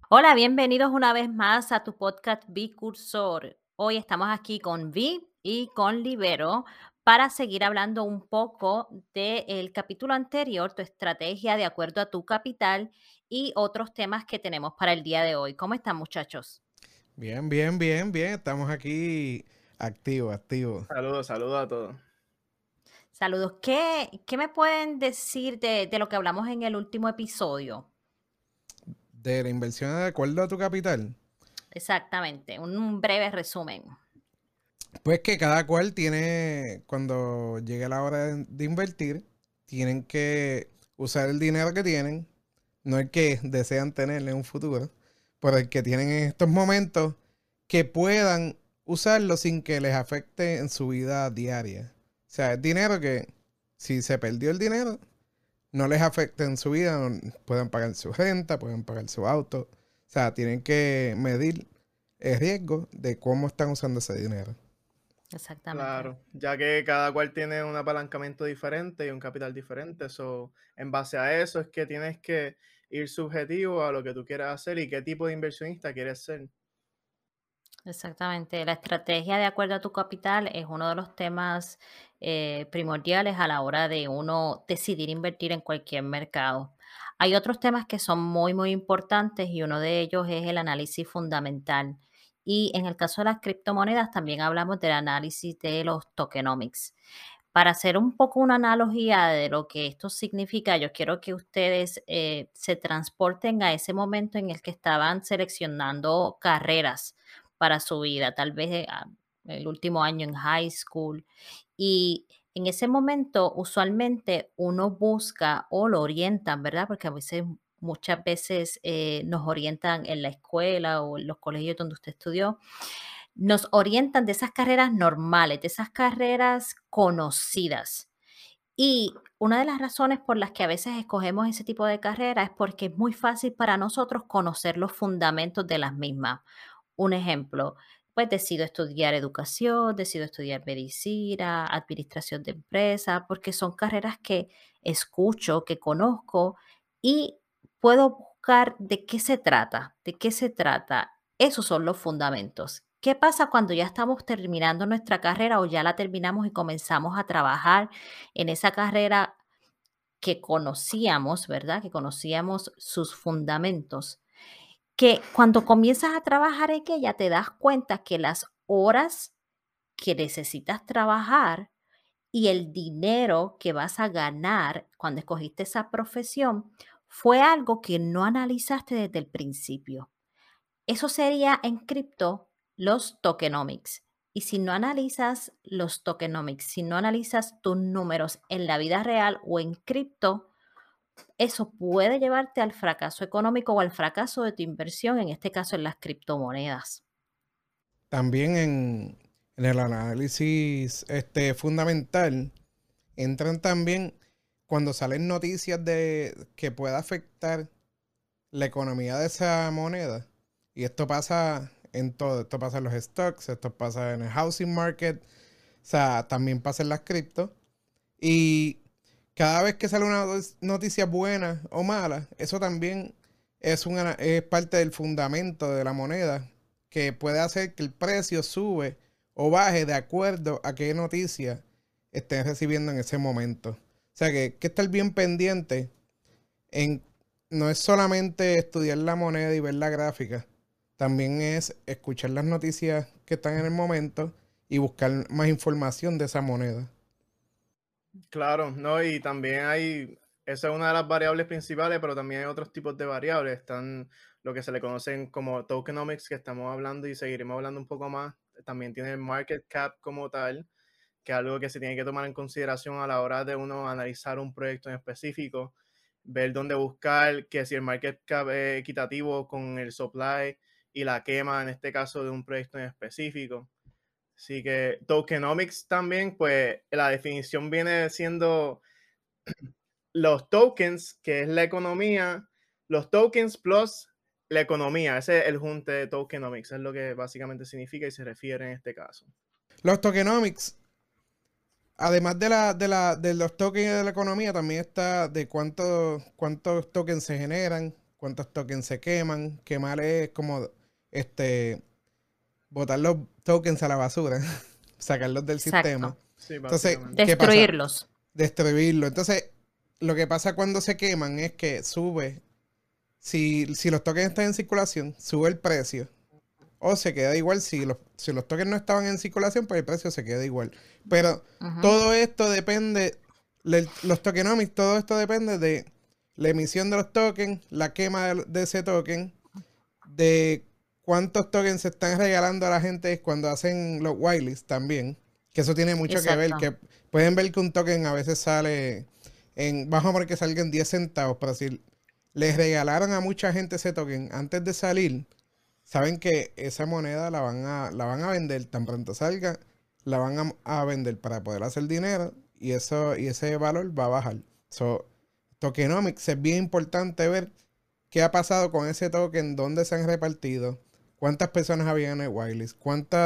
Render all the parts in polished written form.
Hola, bienvenidos una vez más a tu podcast Bicursor. Hoy estamos aquí con Vi y con Libero para seguir hablando un poco del capítulo anterior, tu estrategia de acuerdo a tu capital y otros temas que tenemos para el día de hoy. ¿Cómo están, muchachos? Bien, bien, bien, bien. Estamos aquí activos, activos. Saludos, saludos a todos. Saludos. ¿Qué me pueden decir de lo que hablamos en el último episodio? De la inversión de acuerdo a tu capital. Exactamente, un breve resumen. Pues que cada cual tiene, cuando llegue la hora de invertir, tienen que usar el dinero que tienen, no el que desean tener en un futuro, pero el que tienen en estos momentos, que puedan usarlo sin que les afecte en su vida diaria. O sea, es dinero que, si se perdió el dinero, no les afecte en su vida, pueden pagar su renta, pueden pagar su auto. O sea, tienen que medir el riesgo de cómo están usando ese dinero. Exactamente. Claro, ya que cada cual tiene un apalancamiento diferente y un capital diferente, eso, en base a eso es que tienes que ir subjetivo a lo que tú quieras hacer y qué tipo de inversionista quieres ser. Exactamente. La estrategia de acuerdo a tu capital es uno de los temas primordiales a la hora de uno decidir invertir en cualquier mercado. Hay otros temas que son muy importantes y uno de ellos es el análisis fundamental. Y en el caso de las criptomonedas también hablamos del análisis de los tokenomics. Para hacer un poco una analogía de lo que esto significa, yo quiero que ustedes se transporten a ese momento en el que estaban seleccionando carreras para su vida, tal vez el último año en high school. Y en ese momento, usualmente uno busca o lo orientan, ¿verdad? Porque a veces, muchas veces nos orientan en la escuela o en los colegios donde usted estudió, nos orientan de esas carreras normales, de esas carreras conocidas. Y una de las razones por las que a veces escogemos ese tipo de carrera es porque es muy fácil para nosotros conocer los fundamentos de las mismas. Un ejemplo, pues decido estudiar educación, decido estudiar medicina, administración de empresas, porque son carreras que escucho, que conozco y puedo buscar de qué se trata, de qué se trata. Esos son los fundamentos. ¿Qué pasa cuando ya estamos terminando nuestra carrera o ya la terminamos y comenzamos a trabajar en esa carrera que conocíamos, ¿verdad? Que conocíamos sus fundamentos, que cuando comienzas a trabajar en ella te das cuenta que las horas que necesitas trabajar y el dinero que vas a ganar cuando escogiste esa profesión fue algo que no analizaste desde el principio. Eso sería en cripto los tokenomics. Y si no analizas los tokenomics, si no analizas tus números en la vida real o en cripto, eso puede llevarte al fracaso económico o al fracaso de tu inversión, en este caso en las criptomonedas. También en el análisis fundamental entran también cuando salen noticias de que pueda afectar la economía de esa moneda. Y esto pasa en todo. Esto pasa en los stocks, esto pasa en el housing market, o sea, también pasa en las criptos. Y cada vez que sale una noticia buena o mala, eso también es parte del fundamento de la moneda que puede hacer que el precio sube o baje de acuerdo a qué noticia estén recibiendo en ese momento. O sea que hay que estar bien pendiente en no es solamente estudiar la moneda y ver la gráfica, también es escuchar las noticias que están en el momento y buscar más información de esa moneda. Claro, ¿no? Y también esa es una de las variables principales, pero también hay otros tipos de variables. Están lo que se le conocen como tokenomics, que estamos hablando y seguiremos hablando un poco más. También tiene el market cap como tal, que es algo que se tiene que tomar en consideración a la hora de uno analizar un proyecto en específico, ver dónde buscar, que si el market cap es equitativo con el supply y la quema, en este caso, de un proyecto en específico. Así que tokenomics también, pues la definición viene siendo los tokens, que es la economía, los tokens plus la economía. Ese es el junte de tokenomics, es lo que básicamente significa y se refiere en este caso. Los tokenomics, además de los tokens de la economía, también está de cuántos tokens se generan cuántos tokens se queman. Quemar es como botar los tokens a la basura, sacarlos del sistema. Exacto. Sí, Entonces, básicamente. ¿qué pasa? Destruirlos. Destruirlo. Entonces, lo que pasa cuando se queman es que sube, si los tokens están en circulación, sube el precio. O se queda igual si los tokens no estaban en circulación, pues el precio se queda igual. Pero Ujú. todo esto depende, los tokenomics, todo esto depende de la emisión de los tokens, la quema de ese token, de cuántos tokens se están regalando a la gente cuando hacen los whitelists también. Que eso tiene mucho que ver, Exacto. que pueden ver que un token a veces sale vamos a poner que salga en 10 centavos, pero si les regalaron a mucha gente ese token antes de salir, saben que esa moneda la van a vender tan pronto salga, la van a vender para poder hacer dinero y ese valor va a bajar. So, tokenomics es bien importante ver qué ha pasado con ese token, dónde se han repartido, cuántas personas había en el whitelist,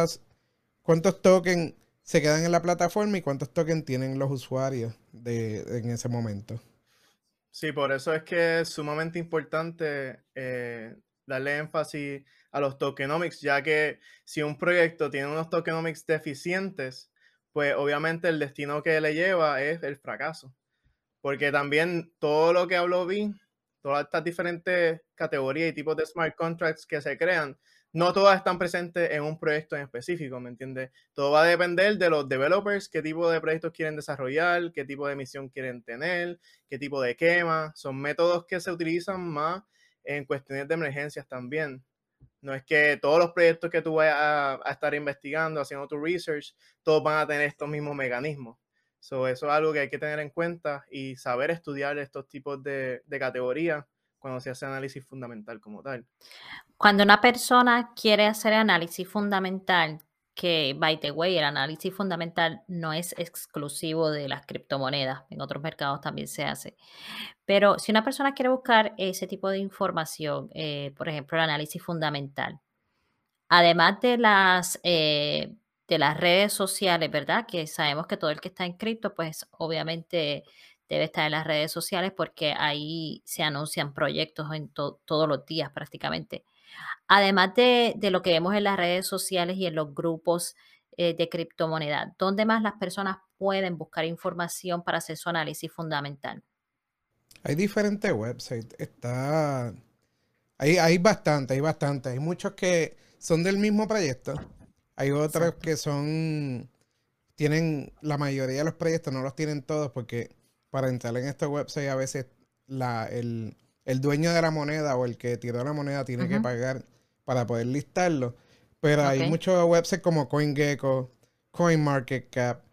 cuántos tokens se quedan en la plataforma y cuántos tokens tienen los usuarios en ese momento. Sí, por eso es que es sumamente importante darle énfasis a los tokenomics, ya que si un proyecto tiene unos tokenomics deficientes, pues obviamente el destino que le lleva es el fracaso. Porque también todo lo que habló Vi, todas estas diferentes categorías y tipos de smart contracts que se crean, no todas están presentes en un proyecto en específico, ¿me entiendes? Todo va a depender de los developers, qué tipo de proyectos quieren desarrollar, qué tipo de misión quieren tener, qué tipo de quema. Son métodos que se utilizan más en cuestiones de emergencias también. No es que todos los proyectos que tú vayas a estar investigando, haciendo tu research, todos van a tener estos mismos mecanismos. Eso es algo que hay que tener en cuenta y saber estudiar estos tipos de categorías cuando se hace análisis fundamental como tal. Cuando una persona quiere hacer análisis fundamental, que, by the way, el análisis fundamental no es exclusivo de las criptomonedas, en otros mercados también se hace. Pero si una persona quiere buscar ese tipo de información, por ejemplo, el análisis fundamental, además de las redes sociales, ¿verdad? Que sabemos que todo el que está en cripto, pues obviamente debe estar en las redes sociales porque ahí se anuncian proyectos en todos los días prácticamente. Además de lo que vemos en las redes sociales y en los grupos de criptomoneda, ¿dónde más las personas pueden buscar información para hacer su análisis fundamental? Hay diferentes websites. Hay bastante, hay bastante. Hay muchos que son del mismo proyecto. Hay otros Exacto. que la mayoría de los proyectos no los tienen todos porque para entrar en estos websites a veces el dueño de la moneda o el que tiró la moneda tiene que Ujú. pagar para poder listarlo. Pero hay Ok. muchos websites como CoinGecko, CoinMarketCap,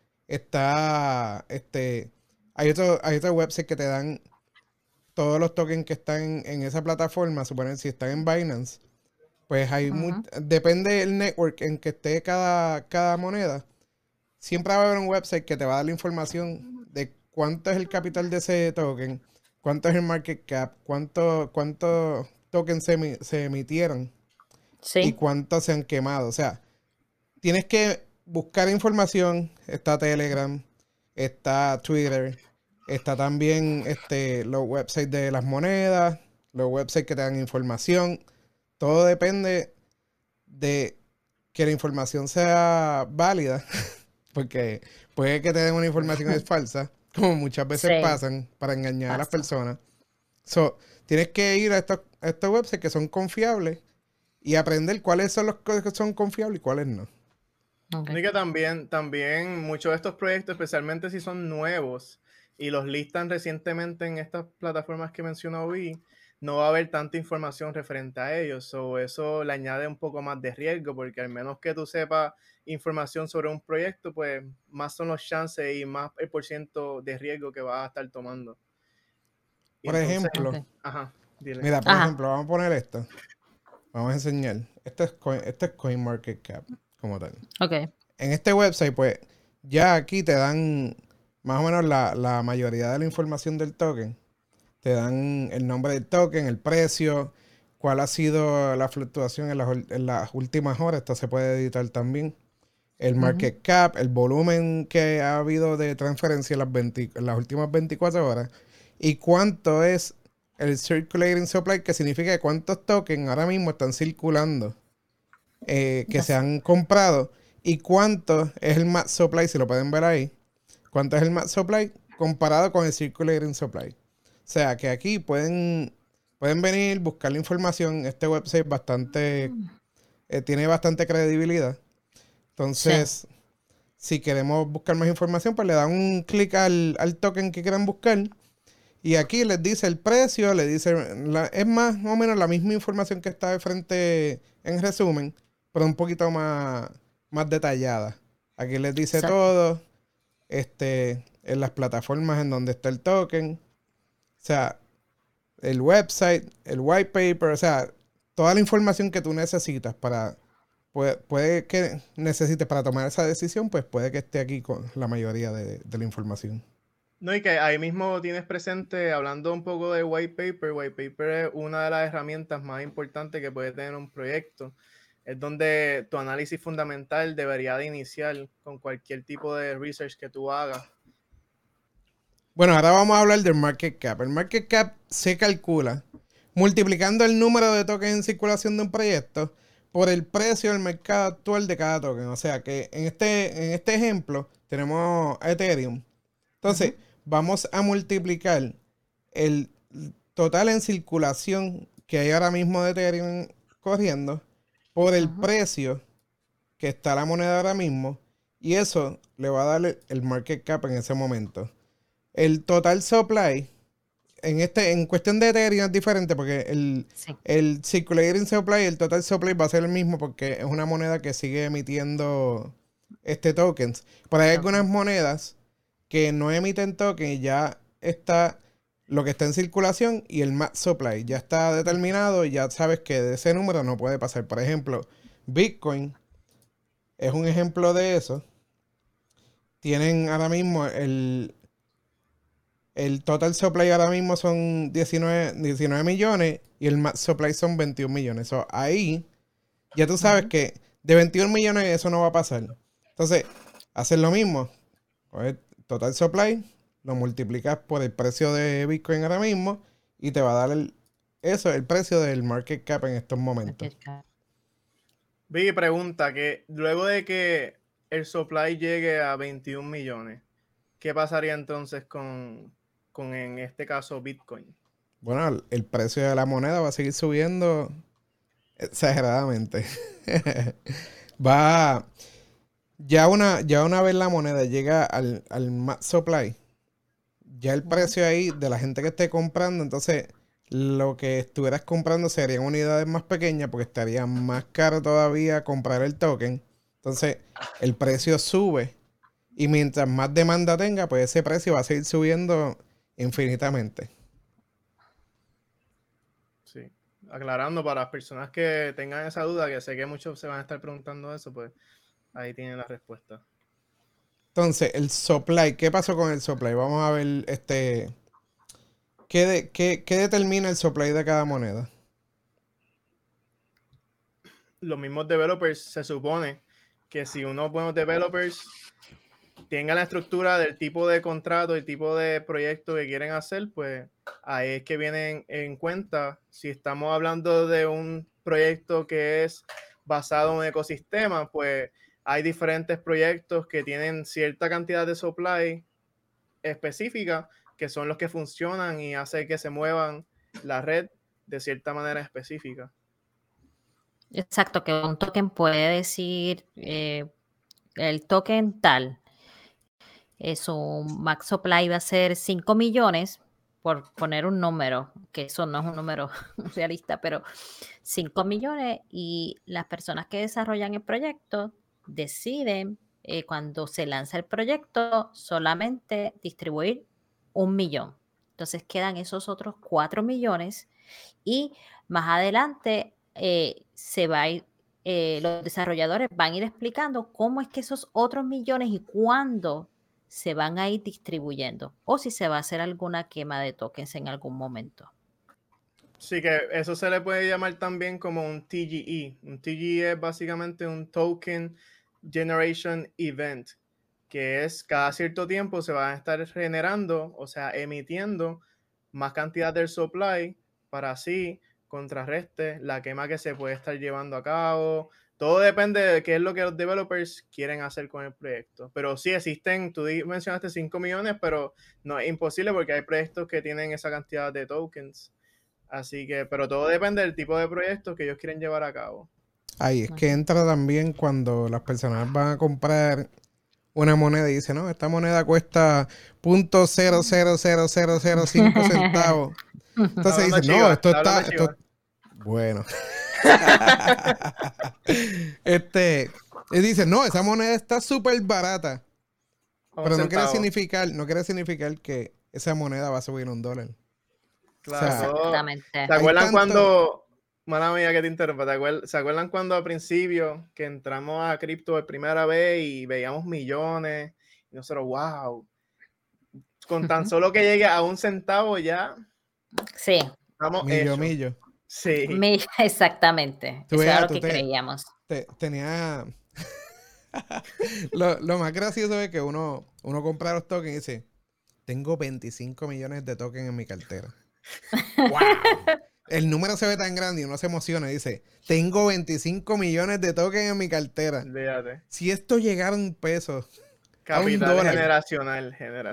hay otros websites que te dan todos los tokens que están en esa plataforma, suponer si están en Binance, pues Ujú. depende del network en que esté cada moneda. Siempre va a haber un website que te va a dar la información de cuánto es el capital de ese token, cuánto es el market cap, cuántos tokens se emitieron y Sí. cuántos se han quemado. O sea, tienes que buscar información. Está Telegram, está Twitter, está también los websites de las monedas, los websites que te dan información. Todo depende de que la información sea válida, porque puede que te den una información es falsa, como muchas veces Sí, pasan para engañar a las pasa. personas. So, tienes que ir a estos websites que son confiables y aprender cuáles son los que son confiables y cuáles no. Ok. Y que también muchos de estos proyectos, especialmente si son nuevos y los listan recientemente en estas plataformas que mencionó Vi, no va a haber tanta información referente a ellos. O eso le añade un poco más de riesgo, porque al menos que tú sepas información sobre un proyecto, pues más son los chances y más el porciento de riesgo que vas a estar tomando. Y Por entonces, ejemplo, Ok. ajá, dile. mira, por Ajá. ejemplo, vamos a poner esto. Vamos a enseñar. Esto es CoinMarketCap como tal. Ok. En este website, pues, ya aquí te dan más o menos la mayoría de la información del token. Te dan el nombre del token, el precio, cuál ha sido la fluctuación en las últimas horas. Esto se puede editar también. El Ujú. market cap, el volumen que ha habido de transferencia en las últimas 24 horas. Y cuánto es el circulating supply, que significa cuántos tokens ahora mismo están circulando, que se han comprado, y cuánto es el max supply, si lo pueden ver ahí, cuánto es el max supply comparado con el circulating supply. O sea, que aquí pueden venir, buscar la información. Este website tiene bastante credibilidad. Entonces, si queremos buscar más información, pues le dan un clic al token que quieran buscar. Y aquí les dice el precio, le dice, es más o menos la misma información que está de frente en resumen, pero un poquito más detallada. Aquí les dice todo, en las plataformas en donde está el token, o sea, el website, el white paper, o sea, toda la información que tú necesitas puede que necesites para tomar esa decisión, pues puede que esté aquí con la mayoría de la información. No, y que ahí mismo tienes presente, hablando un poco de white paper es una de las herramientas más importantes que puede tener un proyecto. Es donde tu análisis fundamental debería de iniciar con cualquier tipo de research que tú hagas. Bueno, ahora vamos a hablar del market cap. El market cap se calcula multiplicando el número de tokens en circulación de un proyecto por el precio del mercado actual de cada token. O sea que en este ejemplo tenemos Ethereum. Entonces, vamos a multiplicar el total en circulación que hay ahora mismo de Ethereum corriendo por el precio que está la moneda ahora mismo, y eso le va a dar el market cap en ese momento. El total supply en cuestión de Ethereum es diferente porque el circulating supply y el total supply va a ser el mismo porque es una moneda que sigue emitiendo tokens. Pero hay algunas monedas que no emiten tokens y ya está lo que está en circulación y el max supply ya está determinado y ya sabes que de ese número no puede pasar. Por ejemplo, Bitcoin es un ejemplo de eso. Tienen ahora mismo el total supply ahora mismo son 19 millones y el max supply son 21 millones. So, ahí ya tú sabes que de 21 millones eso no va a pasar. Entonces, haces lo mismo. Coges total supply, lo multiplicas por el precio de Bitcoin ahora mismo y te va a dar el precio del market cap en estos momentos. Vicky pregunta que luego de que el supply llegue a 21 millones, ¿qué pasaría entonces con en este caso Bitcoin? Bueno, el precio de la moneda va a seguir subiendo exageradamente. Ya una vez la moneda llega al max supply, ya el precio ahí de la gente que esté comprando, entonces lo que estuvieras comprando serían unidades más pequeñas porque estaría más caro todavía comprar el token. Entonces el precio sube y mientras más demanda tenga, pues ese precio va a seguir subiendo infinitamente. Sí, aclarando para las personas que tengan esa duda, que sé que muchos se van a estar preguntando eso, pues ahí tienen la respuesta. Entonces, el supply, ¿qué pasó con el supply? Vamos a ver ¿qué determina el supply de cada moneda? Los mismos developers se supone que si unos buenos developers tengan la estructura del tipo de contrato, el tipo de proyecto que quieren hacer, pues ahí es que vienen en cuenta. Si estamos hablando de un proyecto que es basado en un ecosistema, pues hay diferentes proyectos que tienen cierta cantidad de supply específica, que son los que funcionan y hacen que se muevan la red de cierta manera específica. Exacto, que un token puede decir el token tal, su max supply va a ser 5 millones, por poner un número, que eso no es un número realista, pero 5 millones, y las personas que desarrollan el proyecto deciden cuando se lanza el proyecto solamente distribuir 1 millón. Entonces quedan esos otros 4 millones y más adelante se va a ir, los desarrolladores van a ir explicando cómo es que esos otros millones y cuándo se van a ir distribuyendo o si se va a hacer alguna quema de tokens en algún momento. Sí, que eso se le puede llamar también como un TGE. Un TGE es básicamente un Token Generation Event, que es cada cierto tiempo se van a estar generando, o sea, emitiendo más cantidad del supply para así contrarreste la quema que se puede estar llevando a cabo. Todo depende de qué es lo que los developers quieren hacer con el proyecto. Pero sí existen, tú mencionaste 5 millones, pero no es imposible porque hay proyectos que tienen esa cantidad de tokens. Así que, pero todo depende del tipo de proyectos que ellos quieren llevar a cabo. Ahí es que entra también cuando las personas van a comprar una moneda y dicen, no, esta moneda cuesta .0000005 centavos. Entonces dicen, no, esto está... Bueno. Y dicen, no, esa moneda está súper barata. Pero no quiere significar que esa moneda va a subir $1. Claro, o sea, exactamente. ¿Se acuerdan cuando, mala mía que te interrumpa, ¿se acuerdan cuando al principio que entramos a cripto por primera vez y veíamos millones? Y nosotros, wow, con tan solo que llegue a 1 centavo ya. Sí. Estamos millo. Sí. Exactamente. Eso era lo que creíamos. Tenía... lo más gracioso es que uno compra los tokens y dice, tengo 25 millones de tokens en mi cartera. ¡Wow! El número se ve tan grande y uno se emociona y dice, tengo 25 millones de tokens en mi cartera. Fíjate. Si esto llegara a $1, capital a generacional.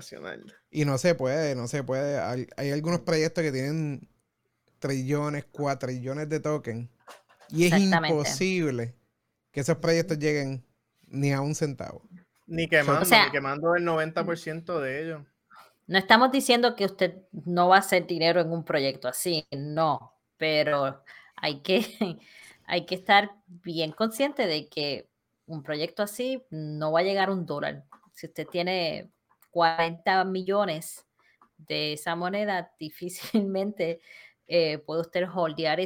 Y no se puede. Hay algunos proyectos que tienen trillones, cuatrillones de tokens. Y es imposible que esos proyectos lleguen ni a 1 centavo. Ni quemando el 90% de ellos. No estamos diciendo que usted no va a hacer dinero en un proyecto así, no, pero hay que estar bien consciente de que un proyecto así no va a llegar a $1. Si usted tiene 40 millones de esa moneda, difícilmente puede usted holdear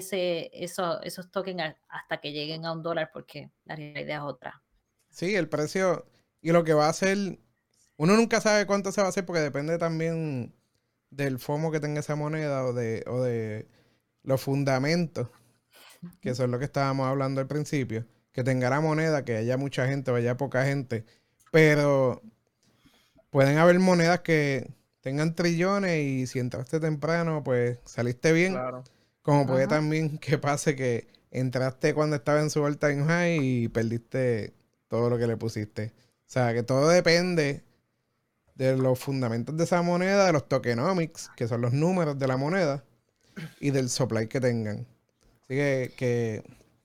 esos tokens hasta que lleguen a $1, porque la realidad es otra. Sí, el precio y lo que va a hacer, uno nunca sabe cuánto se va a hacer porque depende también del FOMO que tenga esa moneda o de los fundamentos, que son lo que estábamos hablando al principio, que tenga la moneda, que haya mucha gente o haya poca gente, pero pueden haber monedas que tengan trillones y si entraste temprano, pues saliste bien. Claro. Como puede también que pase que entraste cuando estaba en su all time high y perdiste todo lo que le pusiste. O sea, que todo depende de los fundamentos de esa moneda, de los tokenomics, que son los números de la moneda, y del supply que tengan. Así que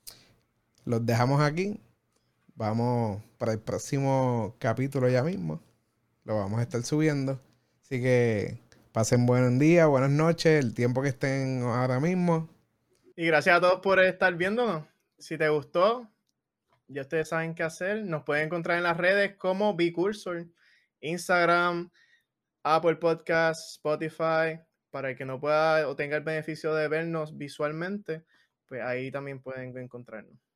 los dejamos aquí. Vamos para el próximo capítulo ya mismo. Lo vamos a estar subiendo. Así que pasen buen día, buenas noches, el tiempo que estén ahora mismo. Y gracias a todos por estar viéndonos. Si te gustó, ya ustedes saben qué hacer. Nos pueden encontrar en las redes como Bcursor, Instagram, Apple Podcasts, Spotify. Para el que no pueda o tenga el beneficio de vernos visualmente, pues ahí también pueden encontrarnos.